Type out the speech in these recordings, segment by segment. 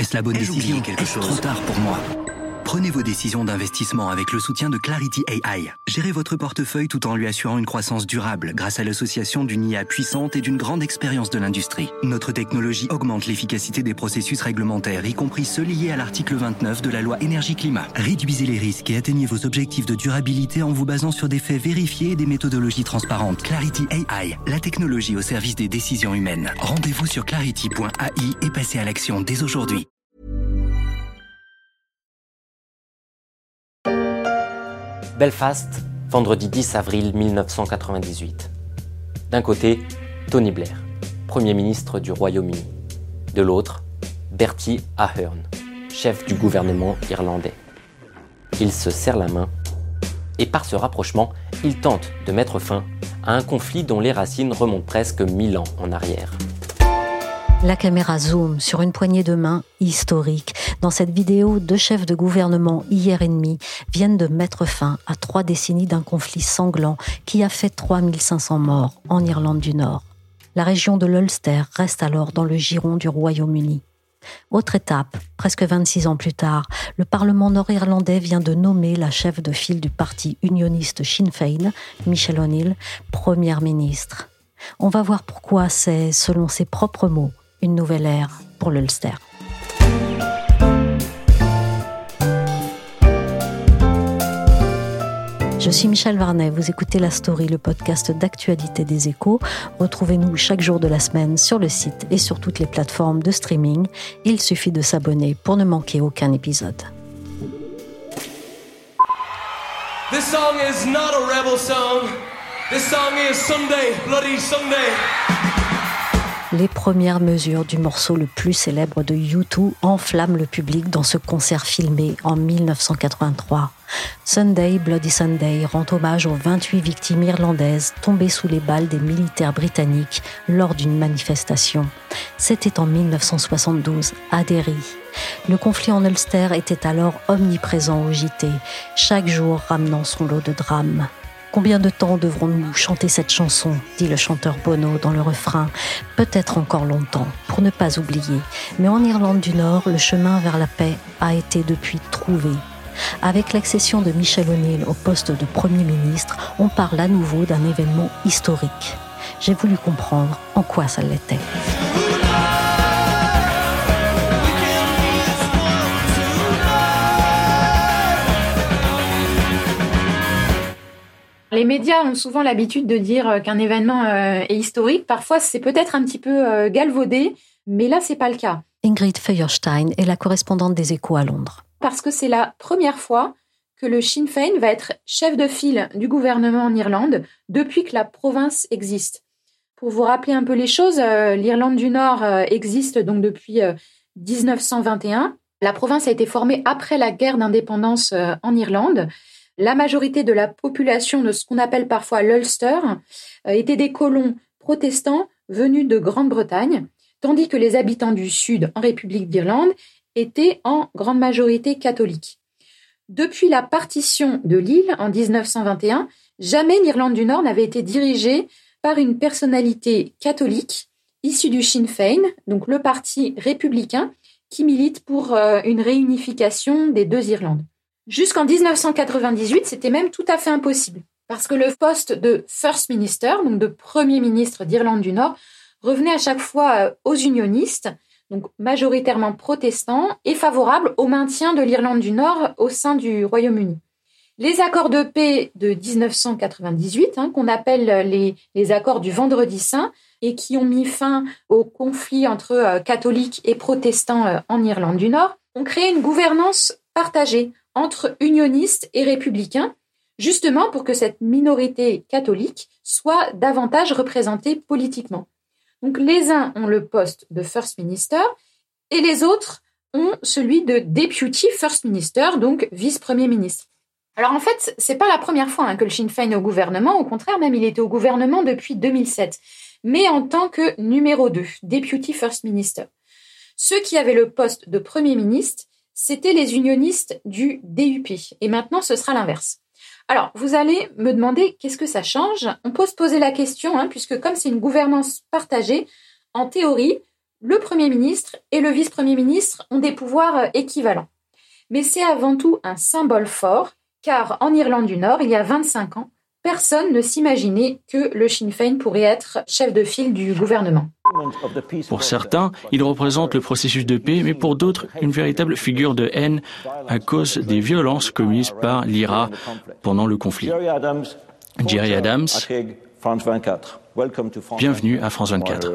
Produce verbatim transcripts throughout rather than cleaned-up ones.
Est-ce la bonne Ai-je décision? oublié quelque Est-ce chose? trop tard pour moi? Prenez vos décisions d'investissement avec le soutien de Clarity A I. Gérez votre portefeuille tout en lui assurant une croissance durable grâce à l'association d'une I A puissante et d'une grande expérience de l'industrie. Notre technologie augmente l'efficacité des processus réglementaires, y compris ceux liés à l'article vingt-neuf de la loi énergie-climat. Réduisez les risques et atteignez vos objectifs de durabilité en vous basant sur des faits vérifiés et des méthodologies transparentes. Clarity A I, la technologie au service des décisions humaines. Rendez-vous sur clarity point A I et passez à l'action dès aujourd'hui. Belfast, vendredi dix avril mille neuf cent quatre-vingt-dix-huit. D'un côté, Tony Blair, Premier ministre du Royaume-Uni. De l'autre, Bertie Ahern, chef du gouvernement irlandais. Ils se serrent la main et par ce rapprochement, ils tentent de mettre fin à un conflit dont les racines remontent presque mille ans en arrière. La caméra zoome sur une poignée de main historique. Dans cette vidéo, deux chefs de gouvernement hier ennemis viennent de mettre fin à trois décennies d'un conflit sanglant qui a fait trois mille cinq cents morts en Irlande du Nord. La région de l'Ulster reste alors dans le giron du Royaume-Uni. Autre étape, presque vingt-six ans plus tard, le Parlement nord-irlandais vient de nommer la chef de file du parti unioniste Sinn Féin, Michelle O'Neill, première ministre. On va voir pourquoi c'est, selon ses propres mots, une nouvelle ère pour l'Ulster. Je suis Michel Varnet, vous écoutez La Story, le podcast d'actualité des Échos. Retrouvez-nous chaque jour de la semaine sur le site et sur toutes les plateformes de streaming. Il suffit de s'abonner pour ne manquer aucun épisode. This song is not a rebel song. This song is Sunday, Bloody Sunday. Les premières mesures du morceau le plus célèbre de U deux enflamment le public dans ce concert filmé en mille neuf cent quatre-vingt-trois. Sunday, Bloody Sunday rend hommage aux vingt-huit victimes irlandaises tombées sous les balles des militaires britanniques lors d'une manifestation. C'était en mille neuf cent soixante-douze, à Derry. Le conflit en Ulster était alors omniprésent au J T, chaque jour ramenant son lot de drames. Combien de temps devrons-nous chanter cette chanson, dit le chanteur Bono dans le refrain. Peut-être encore longtemps, pour ne pas oublier. Mais en Irlande du Nord, le chemin vers la paix a été depuis trouvé. Avec l'accession de Michelle O'Neill au poste de Premier ministre, on parle à nouveau d'un événement historique. J'ai voulu comprendre en quoi ça l'était. Les médias ont souvent l'habitude de dire qu'un événement est historique. Parfois, c'est peut-être un petit peu galvaudé, mais là, c'est pas le cas. Ingrid Feuerstein est la correspondante des Échos à Londres. Parce que c'est la première fois que le Sinn Féin va être chef de file du gouvernement en Irlande depuis que la province existe. Pour vous rappeler un peu les choses, l'Irlande du Nord existe donc depuis dix-neuf cent vingt et un. La province a été formée après la guerre d'indépendance en Irlande. La majorité de la population de ce qu'on appelle parfois l'Ulster étaient des colons protestants venus de Grande-Bretagne, tandis que les habitants du Sud, en République d'Irlande, étaient en grande majorité catholiques. Depuis la partition de l'île en dix-neuf cent vingt et un, jamais l'Irlande du Nord n'avait été dirigée par une personnalité catholique issue du Sinn Féin, donc le parti républicain, qui milite pour une réunification des deux Irlandes. Jusqu'en dix-neuf cent quatre-vingt-dix-huit, c'était même tout à fait impossible, parce que le poste de First Minister, donc de Premier ministre d'Irlande du Nord, revenait à chaque fois aux unionistes, donc majoritairement protestants, et favorables au maintien de l'Irlande du Nord au sein du Royaume-Uni. Les accords de paix de dix-neuf cent quatre-vingt-dix-huit, hein, qu'on appelle les, les accords du Vendredi Saint, et qui ont mis fin au conflit entre euh, catholiques et protestants euh, en Irlande du Nord, ont créé une gouvernance partagée entre unionistes et républicains, justement pour que cette minorité catholique soit davantage représentée politiquement. Donc les uns ont le poste de First Minister et les autres ont celui de Deputy First Minister, donc vice-premier ministre. Alors en fait, c'est pas la première fois hein, que le Sinn Féin est au gouvernement, au contraire même il était au gouvernement depuis deux mille sept, mais en tant que numéro deux, Deputy First Minister. Ceux qui avaient le poste de Premier ministre, c'était les unionistes du D U P. Et maintenant, ce sera l'inverse. Alors, vous allez me demander qu'est-ce que ça change ? On peut se poser la question, hein, puisque comme c'est une gouvernance partagée, en théorie, le Premier ministre et le vice-premier ministre ont des pouvoirs équivalents. Mais c'est avant tout un symbole fort, car en Irlande du Nord, il y a vingt-cinq ans, personne ne s'imaginait que le Sinn Féin pourrait être chef de file du gouvernement. Pour certains, il représente le processus de paix, mais pour d'autres, une véritable figure de haine à cause des violences commises par l'I R A pendant le conflit. Gerry Adams, bienvenue à France vingt-quatre.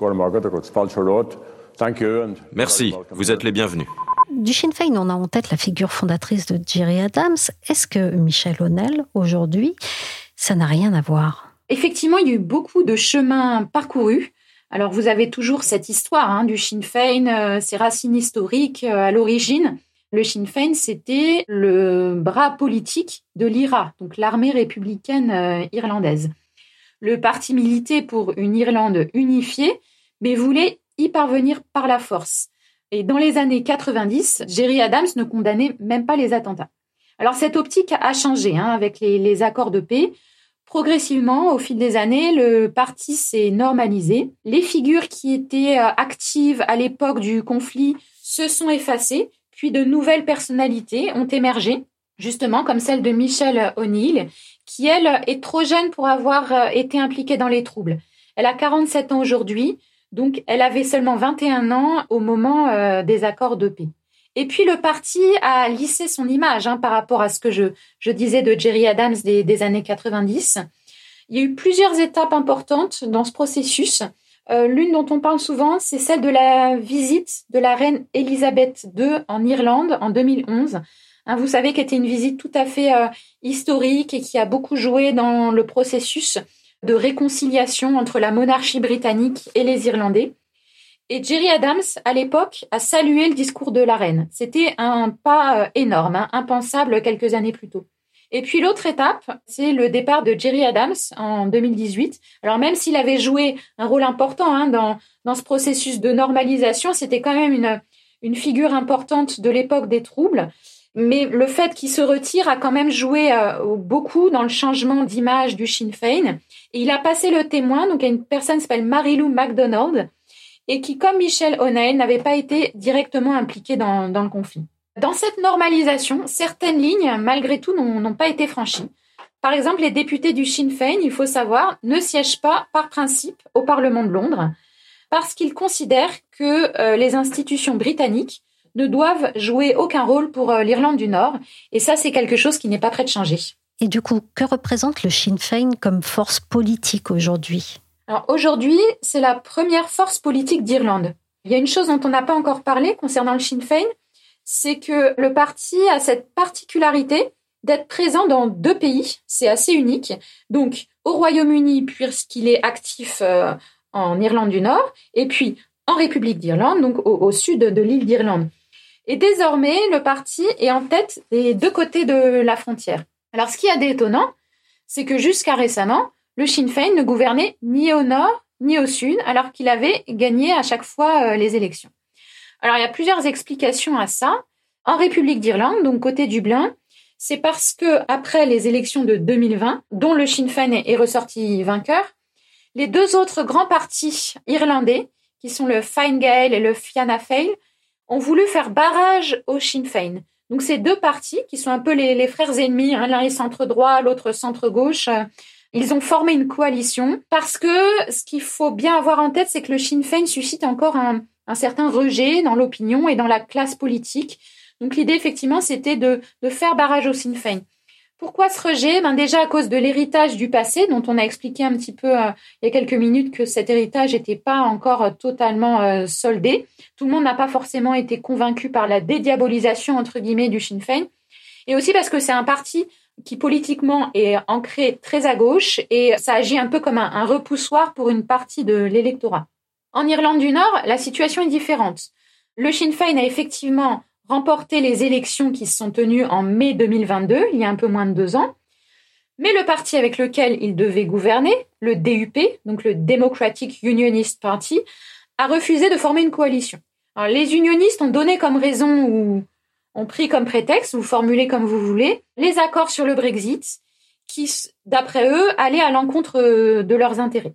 Merci, vous êtes les bienvenus. Du Sinn Féin, on a en tête la figure fondatrice de Gerry Adams. Est-ce que Michelle O'Neill, aujourd'hui, ça n'a rien à voir? Effectivement, il y a eu beaucoup de chemins parcourus. Alors, vous avez toujours cette histoire hein, du Sinn Féin, euh, ses racines historiques euh, à l'origine. Le Sinn Féin, c'était le bras politique de l'I R A, donc l'armée républicaine euh, irlandaise. Le parti militait pour une Irlande unifiée, mais voulait y parvenir par la force. Et dans les années quatre-vingt-dix, Gerry Adams ne condamnait même pas les attentats. Alors cette optique a changé hein, avec les, les accords de paix. Progressivement, au fil des années, le parti s'est normalisé. Les figures qui étaient actives à l'époque du conflit se sont effacées, puis de nouvelles personnalités ont émergé, justement comme celle de Michelle O'Neill, qui elle est trop jeune pour avoir été impliquée dans les troubles. Elle a quarante-sept ans aujourd'hui. Donc, elle avait seulement vingt et un ans au moment euh, des accords de paix. Et puis, le parti a lissé son image hein, par rapport à ce que je, je disais de Gerry Adams des, des années quatre-vingt-dix. Il y a eu plusieurs étapes importantes dans ce processus. Euh, l'une dont on parle souvent, c'est celle de la visite de la reine Élisabeth deux en Irlande en deux mille onze. Hein, vous savez qu'elle était une visite tout à fait euh, historique et qui a beaucoup joué dans le processus de réconciliation entre la monarchie britannique et les Irlandais. Et Gerry Adams, à l'époque, a salué le discours de la reine. C'était un pas énorme, hein, impensable quelques années plus tôt. Et puis l'autre étape, c'est le départ de Gerry Adams en deux mille dix-huit. Alors même s'il avait joué un rôle important hein, dans, dans ce processus de normalisation, c'était quand même une, une figure importante de l'époque des troubles. Mais le fait qu'il se retire a quand même joué euh, beaucoup dans le changement d'image du Sinn Féin. Et il a passé le témoin, donc à une personne qui s'appelle Mary Lou McDonald, et qui, comme Michelle O'Neill, n'avait pas été directement impliquée dans, dans le conflit. Dans cette normalisation, certaines lignes, malgré tout, n'ont, n'ont pas été franchies. Par exemple, les députés du Sinn Féin, il faut savoir, ne siègent pas par principe au Parlement de Londres, parce qu'ils considèrent que euh, les institutions britanniques ne doivent jouer aucun rôle pour l'Irlande du Nord. Et ça, c'est quelque chose qui n'est pas prêt de changer. Et du coup, que représente le Sinn Féin comme force politique aujourd'hui ? Alors aujourd'hui, c'est la première force politique d'Irlande. Il y a une chose dont on n'a pas encore parlé concernant le Sinn Féin, c'est que le parti a cette particularité d'être présent dans deux pays. C'est assez unique. Donc, au Royaume-Uni, puisqu'il est actif euh, en Irlande du Nord, et puis en République d'Irlande, donc au, au sud de l'île d'Irlande. Et désormais, le parti est en tête des deux côtés de la frontière. Alors, ce qui est d'étonnant, c'est que jusqu'à récemment, le Sinn Féin ne gouvernait ni au nord ni au sud, alors qu'il avait gagné à chaque fois euh, les élections. Alors, il y a plusieurs explications à ça. En République d'Irlande, donc côté Dublin, c'est parce que après les élections de deux mille vingt, dont le Sinn Féin est ressorti vainqueur, les deux autres grands partis irlandais, qui sont le Fine Gael et le Fianna Fáil, ont voulu faire barrage au Sinn Féin. Donc ces deux partis, qui sont un peu les, les frères ennemis, hein, l'un est centre-droit, l'autre centre-gauche, euh, ils ont formé une coalition parce que ce qu'il faut bien avoir en tête, c'est que le Sinn Féin suscite encore un, un certain rejet dans l'opinion et dans la classe politique. Donc l'idée, effectivement, c'était de, de faire barrage au Sinn Féin. Pourquoi ce rejet ? Ben déjà à cause de l'héritage du passé, dont on a expliqué un petit peu euh, il y a quelques minutes que cet héritage n'était pas encore euh, totalement euh, soldé. Tout le monde n'a pas forcément été convaincu par la dédiabolisation, entre guillemets, du Sinn Féin. Et aussi parce que c'est un parti qui politiquement est ancré très à gauche et ça agit un peu comme un, un repoussoir pour une partie de l'électorat. En Irlande du Nord, la situation est différente. Le Sinn Féin a effectivement remporté les élections qui se sont tenues en mai deux mille vingt-deux, il y a un peu moins de deux ans. Mais le parti avec lequel il devait gouverner, le D U P, donc le Democratic Unionist Party, a refusé de former une coalition. Alors, les unionistes ont donné comme raison ou ont pris comme prétexte, ou formulé comme vous voulez, les accords sur le Brexit qui, d'après eux, allaient à l'encontre de leurs intérêts.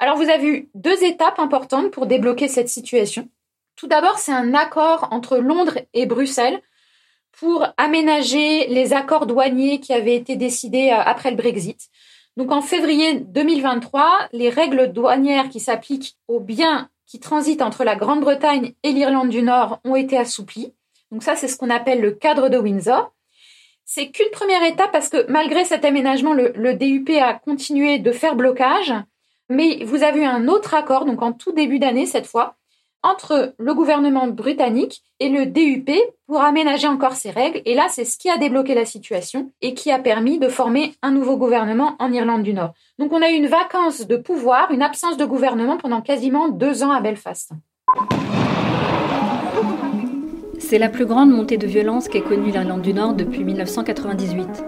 Alors vous avez eu deux étapes importantes pour débloquer cette situation. Tout d'abord, c'est un accord entre Londres et Bruxelles pour aménager les accords douaniers qui avaient été décidés après le Brexit. Donc en février deux mille vingt-trois, les règles douanières qui s'appliquent aux biens qui transitent entre la Grande-Bretagne et l'Irlande du Nord ont été assouplies. Donc ça, c'est ce qu'on appelle le cadre de Windsor. C'est qu'une première étape parce que malgré cet aménagement, le, le D U P a continué de faire blocage. Mais vous avez eu un autre accord, donc en tout début d'année cette fois, entre le gouvernement britannique et le D U P pour aménager encore ces règles. Et là, c'est ce qui a débloqué la situation et qui a permis de former un nouveau gouvernement en Irlande du Nord. Donc on a eu une vacance de pouvoir, une absence de gouvernement pendant quasiment deux ans à Belfast. C'est la plus grande montée de violence qu'ait connue l'Irlande du Nord depuis dix-neuf cent quatre-vingt-dix-huit.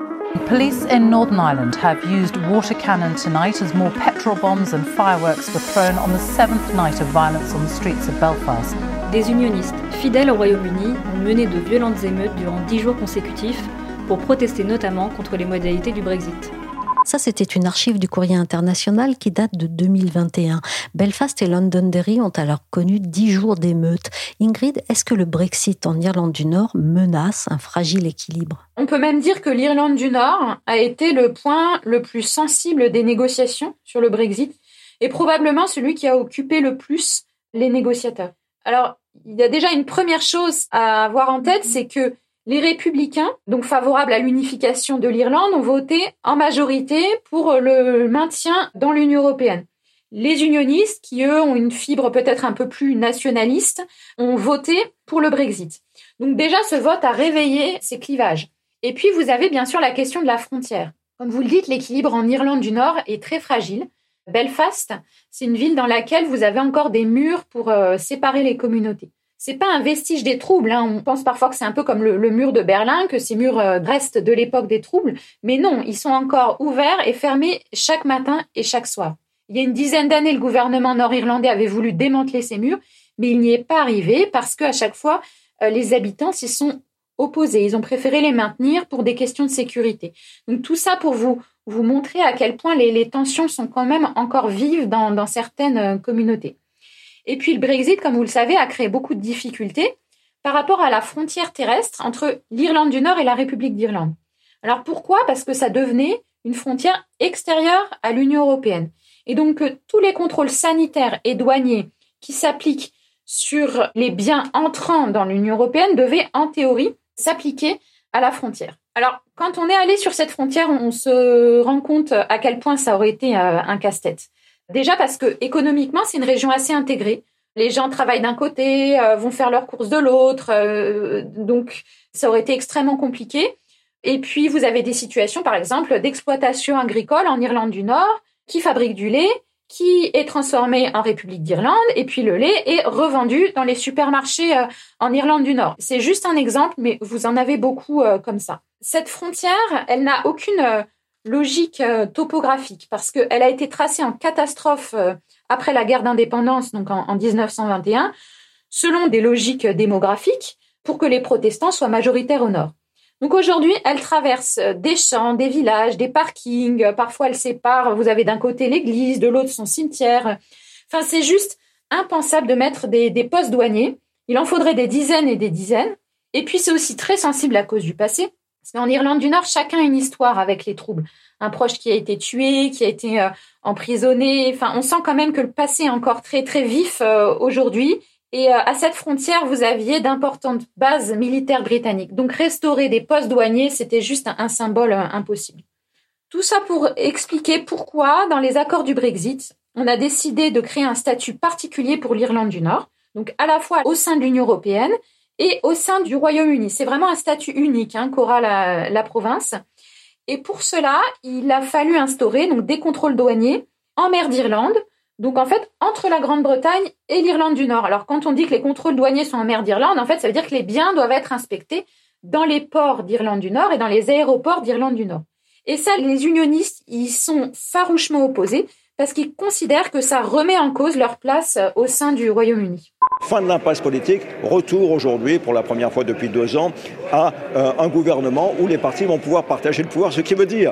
Police in Northern Ireland have used water cannon tonight as more petrol bombs and fireworks were thrown on the seventh night of violence on the streets of Belfast. Des unionistes fidèles au Royaume-Uni ont mené de violentes émeutes durant dix jours consécutifs pour protester notamment contre les modalités du Brexit. Ça, c'était une archive du Courrier international qui date de deux mille vingt et un. Belfast et Londonderry ont alors connu dix jours d'émeutes. Ingrid, est-ce que le Brexit en Irlande du Nord menace un fragile équilibre ? On peut même dire que l'Irlande du Nord a été le point le plus sensible des négociations sur le Brexit et probablement celui qui a occupé le plus les négociateurs. Alors, il y a déjà une première chose à avoir en tête, c'est que les républicains, donc favorables à l'unification de l'Irlande, ont voté en majorité pour le maintien dans l'Union européenne. Les unionistes, qui eux ont une fibre peut-être un peu plus nationaliste, ont voté pour le Brexit. Donc déjà, ce vote a réveillé ces clivages. Et puis, vous avez bien sûr la question de la frontière. Comme vous le dites, l'équilibre en Irlande du Nord est très fragile. Belfast, c'est une ville dans laquelle vous avez encore des murs pour euh, séparer les communautés. C'est pas un vestige des troubles, hein. On pense parfois que c'est un peu comme le, le mur de Berlin, que ces murs euh, restent de l'époque des troubles. Mais non, ils sont encore ouverts et fermés chaque matin et chaque soir. Il y a une dizaine d'années, le gouvernement nord-irlandais avait voulu démanteler ces murs, mais il n'y est pas arrivé parce qu'à chaque fois, euh, les habitants s'y sont opposés. Ils ont préféré les maintenir pour des questions de sécurité. Donc tout ça pour vous, vous montrer à quel point les, les tensions sont quand même encore vives dans, dans certaines euh, communautés. Et puis le Brexit, comme vous le savez, a créé beaucoup de difficultés par rapport à la frontière terrestre entre l'Irlande du Nord et la République d'Irlande. Alors pourquoi ? Parce que ça devenait une frontière extérieure à l'Union européenne. Et donc tous les contrôles sanitaires et douaniers qui s'appliquent sur les biens entrant dans l'Union européenne devaient en théorie s'appliquer à la frontière. Alors quand on est allé sur cette frontière, on se rend compte à quel point ça aurait été un casse-tête. Déjà parce que économiquement, c'est une région assez intégrée. Les gens travaillent d'un côté, euh, vont faire leurs courses de l'autre, euh, donc ça aurait été extrêmement compliqué. Et puis, vous avez des situations, par exemple, d'exploitation agricole en Irlande du Nord, qui fabrique du lait, qui est transformé en République d'Irlande, et puis le lait est revendu dans les supermarchés euh, en Irlande du Nord. C'est juste un exemple, mais vous en avez beaucoup euh, comme ça. Cette frontière, elle n'a aucune... Euh, logique euh, topographique, parce qu'elle a été tracée en catastrophe euh, après la guerre d'indépendance, donc en, en dix-neuf cent vingt et un, selon des logiques démographiques, pour que les protestants soient majoritaires au nord. Donc aujourd'hui, elle traverse des champs, des villages, des parkings, parfois elle sépare, vous avez d'un côté l'église, de l'autre son cimetière. Enfin, c'est juste impensable de mettre des, des postes douaniers. Il en faudrait des dizaines et des dizaines. Et puis c'est aussi très sensible à cause du passé. Parce qu'en Irlande du Nord, chacun a une histoire avec les troubles. Un proche qui a été tué, qui a été euh, emprisonné. Enfin, on sent quand même que le passé est encore très, très vif euh, aujourd'hui. Et euh, à cette frontière, vous aviez d'importantes bases militaires britanniques. Donc, restaurer des postes douaniers, c'était juste un, un symbole euh, impossible. Tout ça pour expliquer pourquoi, dans les accords du Brexit, on a décidé de créer un statut particulier pour l'Irlande du Nord. Donc, à la fois au sein de l'Union européenne, et au sein du Royaume-Uni. C'est vraiment un statut unique hein, qu'aura la, la province. Et pour cela, il a fallu instaurer donc, des contrôles douaniers en mer d'Irlande, donc en fait entre la Grande-Bretagne et l'Irlande du Nord. Alors quand on dit que les contrôles douaniers sont en mer d'Irlande, en fait ça veut dire que les biens doivent être inspectés dans les ports d'Irlande du Nord et dans les aéroports d'Irlande du Nord. Et ça, les unionistes, ils sont farouchement opposés parce qu'ils considèrent que ça remet en cause leur place au sein du Royaume-Uni. Fin de l'impasse politique, retour aujourd'hui, pour la première fois depuis deux ans, à euh, un gouvernement où les partis vont pouvoir partager le pouvoir, ce qui veut dire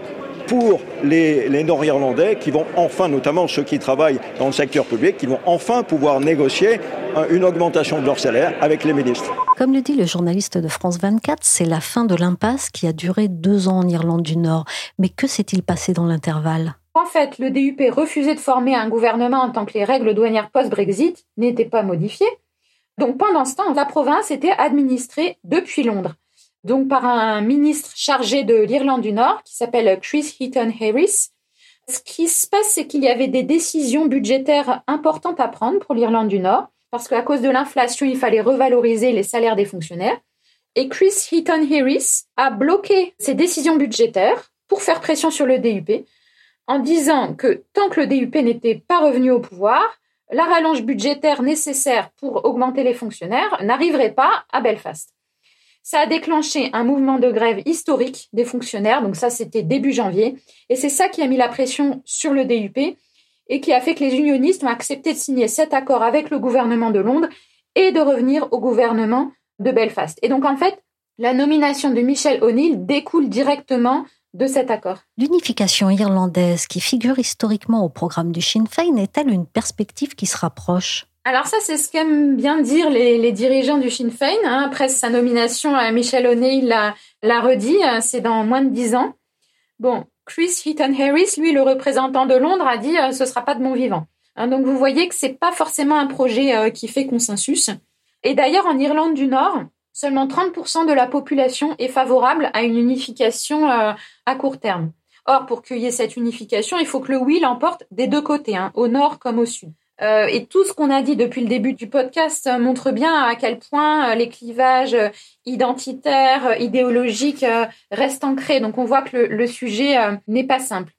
pour les, les Nord-Irlandais qui vont enfin, notamment ceux qui travaillent dans le secteur public, qui vont enfin pouvoir négocier une augmentation de leur salaire avec les ministres. Comme le dit le journaliste de France vingt-quatre, c'est la fin de l'impasse qui a duré deux ans en Irlande du Nord. Mais que s'est-il passé dans l'intervalle ? En fait, le D U P refusait de former un gouvernement en tant que les règles douanières post-Brexit n'étaient pas modifiées. Donc pendant ce temps, la province était administrée depuis Londres. Donc par un ministre chargé de l'Irlande du Nord qui s'appelle Chris Heaton Harris. Ce qui se passe, c'est qu'il y avait des décisions budgétaires importantes à prendre pour l'Irlande du Nord, parce qu'à cause de l'inflation, il fallait revaloriser les salaires des fonctionnaires. Et Chris Heaton Harris a bloqué ces décisions budgétaires pour faire pression sur le D U P, en disant que tant que le D U P n'était pas revenu au pouvoir, la rallonge budgétaire nécessaire pour augmenter les fonctionnaires n'arriverait pas à Belfast. Ça a déclenché un mouvement de grève historique des fonctionnaires, donc ça c'était début janvier, et c'est ça qui a mis la pression sur le D U P et qui a fait que les unionistes ont accepté de signer cet accord avec le gouvernement de Londres et de revenir au gouvernement de Belfast. Et donc en fait, la nomination de Michelle O'Neill découle directement de cet accord. L'unification irlandaise qui figure historiquement au programme du Sinn Féin est-elle une perspective qui se rapproche ? Alors ça, c'est ce qu'aiment bien dire les, les dirigeants du Sinn Féin. Hein. Après sa nomination, Michelle O'Neill l'a, l'a redit, c'est dans moins de dix ans. Bon, Chris Heaton Harris, lui, le représentant de Londres, a dit euh, « ce sera pas de mon vivant hein, ». Donc vous voyez que c'est pas forcément un projet euh, qui fait consensus. Et d'ailleurs, en Irlande du Nord, seulement trente pour cent de la population est favorable à une unification euh, à court terme. Or, pour qu'il y ait cette unification, il faut que le oui l'emporte des deux côtés, hein, au nord comme au sud. Euh, et tout ce qu'on a dit depuis le début du podcast euh, montre bien à quel point euh, les clivages euh, identitaires, euh, idéologiques euh, restent ancrés. Donc on voit que le, le sujet euh, n'est pas simple.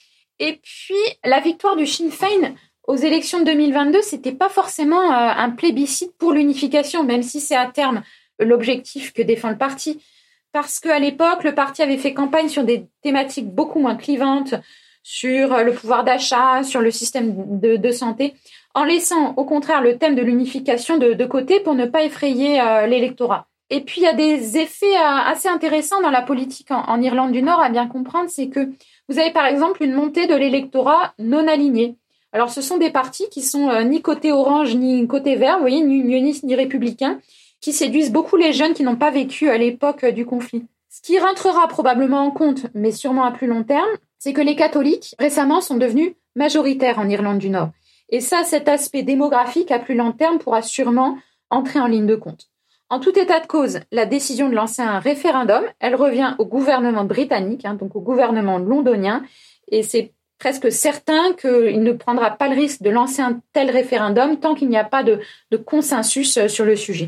Et puis, la victoire du Sinn Féin aux élections de deux mille vingt-deux, c'était pas forcément euh, un plébiscite pour l'unification, même si c'est à terme l'objectif que défend le parti. Parce qu'à l'époque, le parti avait fait campagne sur des thématiques beaucoup moins clivantes, sur le pouvoir d'achat, sur le système de, de santé, en laissant au contraire le thème de l'unification de, de côté pour ne pas effrayer euh, l'électorat. Et puis, il y a des effets euh, assez intéressants dans la politique en, en Irlande du Nord à bien comprendre, c'est que vous avez par exemple une montée de l'électorat non aligné. Alors, ce sont des partis qui sont euh, ni côté orange, ni côté vert, vous voyez, ni unionistes, ni républicains, qui séduisent beaucoup les jeunes qui n'ont pas vécu à l'époque euh, du conflit. Ce qui rentrera probablement en compte, mais sûrement à plus long terme, c'est que les catholiques, récemment, sont devenus majoritaires en Irlande du Nord. Et ça, cet aspect démographique à plus long terme pourra sûrement entrer en ligne de compte. En tout état de cause, la décision de lancer un référendum, elle revient au gouvernement britannique, hein, donc au gouvernement londonien, et c'est presque certain qu'il ne prendra pas le risque de lancer un tel référendum tant qu'il n'y a pas de, de consensus sur le sujet.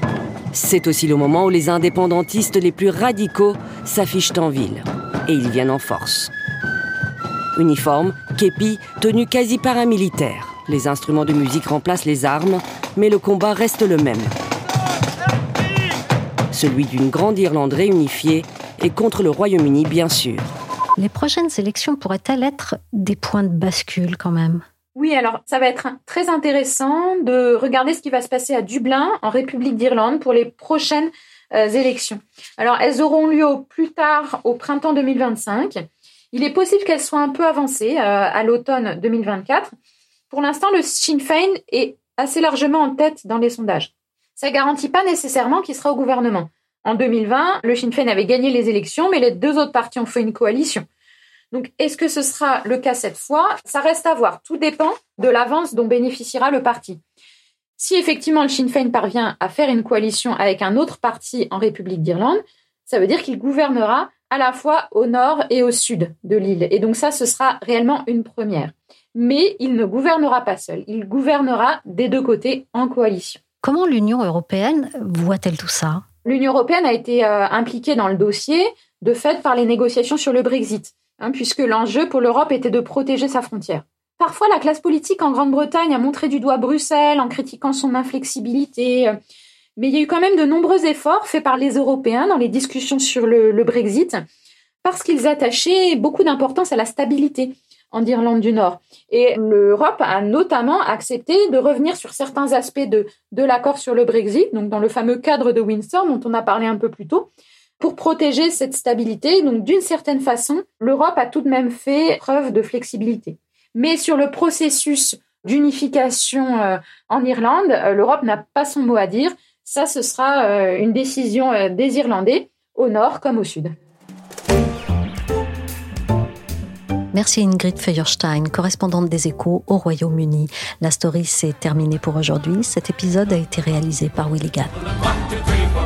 C'est aussi le moment où les indépendantistes les plus radicaux s'affichent en ville. Et ils viennent en force. Uniforme, képi, tenue quasi paramilitaire. Les instruments de musique remplacent les armes, mais le combat reste le même. Celui d'une grande Irlande réunifiée et contre le Royaume-Uni, bien sûr. Les prochaines élections pourraient-elles être des points de bascule quand même ? Oui, alors ça va être très intéressant de regarder ce qui va se passer à Dublin, en République d'Irlande, pour les prochaines euh, élections. Alors, elles auront lieu au plus tard au printemps deux mille vingt-cinq. Il est possible qu'elles soient un peu avancées euh, à l'automne deux mille vingt-quatre. Pour l'instant, le Sinn Féin est assez largement en tête dans les sondages. Ça ne garantit pas nécessairement qu'il sera au gouvernement. En deux mille vingt, le Sinn Féin avait gagné les élections, mais les deux autres partis ont fait une coalition. Donc, est-ce que ce sera le cas cette fois ? Ça reste à voir. Tout dépend de l'avance dont bénéficiera le parti. Si effectivement le Sinn Féin parvient à faire une coalition avec un autre parti en République d'Irlande, ça veut dire qu'il gouvernera à la fois au nord et au sud de l'île. Et donc ça, ce sera réellement une première. Mais il ne gouvernera pas seul. Il gouvernera des deux côtés en coalition. Comment l'Union européenne voit-elle tout ça ? L'Union européenne a été euh, impliquée dans le dossier, de fait, par les négociations sur le Brexit. Hein, puisque l'enjeu pour l'Europe était de protéger sa frontière. Parfois, la classe politique en Grande-Bretagne a montré du doigt Bruxelles en critiquant son inflexibilité, mais il y a eu quand même de nombreux efforts faits par les Européens dans les discussions sur le, le Brexit, parce qu'ils attachaient beaucoup d'importance à la stabilité en Irlande du Nord. Et l'Europe a notamment accepté de revenir sur certains aspects de, de l'accord sur le Brexit, donc dans le fameux cadre de Windsor dont on a parlé un peu plus tôt, pour protéger cette stabilité. Donc, d'une certaine façon, l'Europe a tout de même fait preuve de flexibilité. Mais sur le processus d'unification euh, en Irlande, euh, l'Europe n'a pas son mot à dire. Ça, ce sera euh, une décision euh, des Irlandais, au nord comme au sud. Merci Ingrid Feuerstein, correspondante des Échos au Royaume-Uni. La story s'est terminée pour aujourd'hui. Cet épisode a été réalisé par Willy Gann.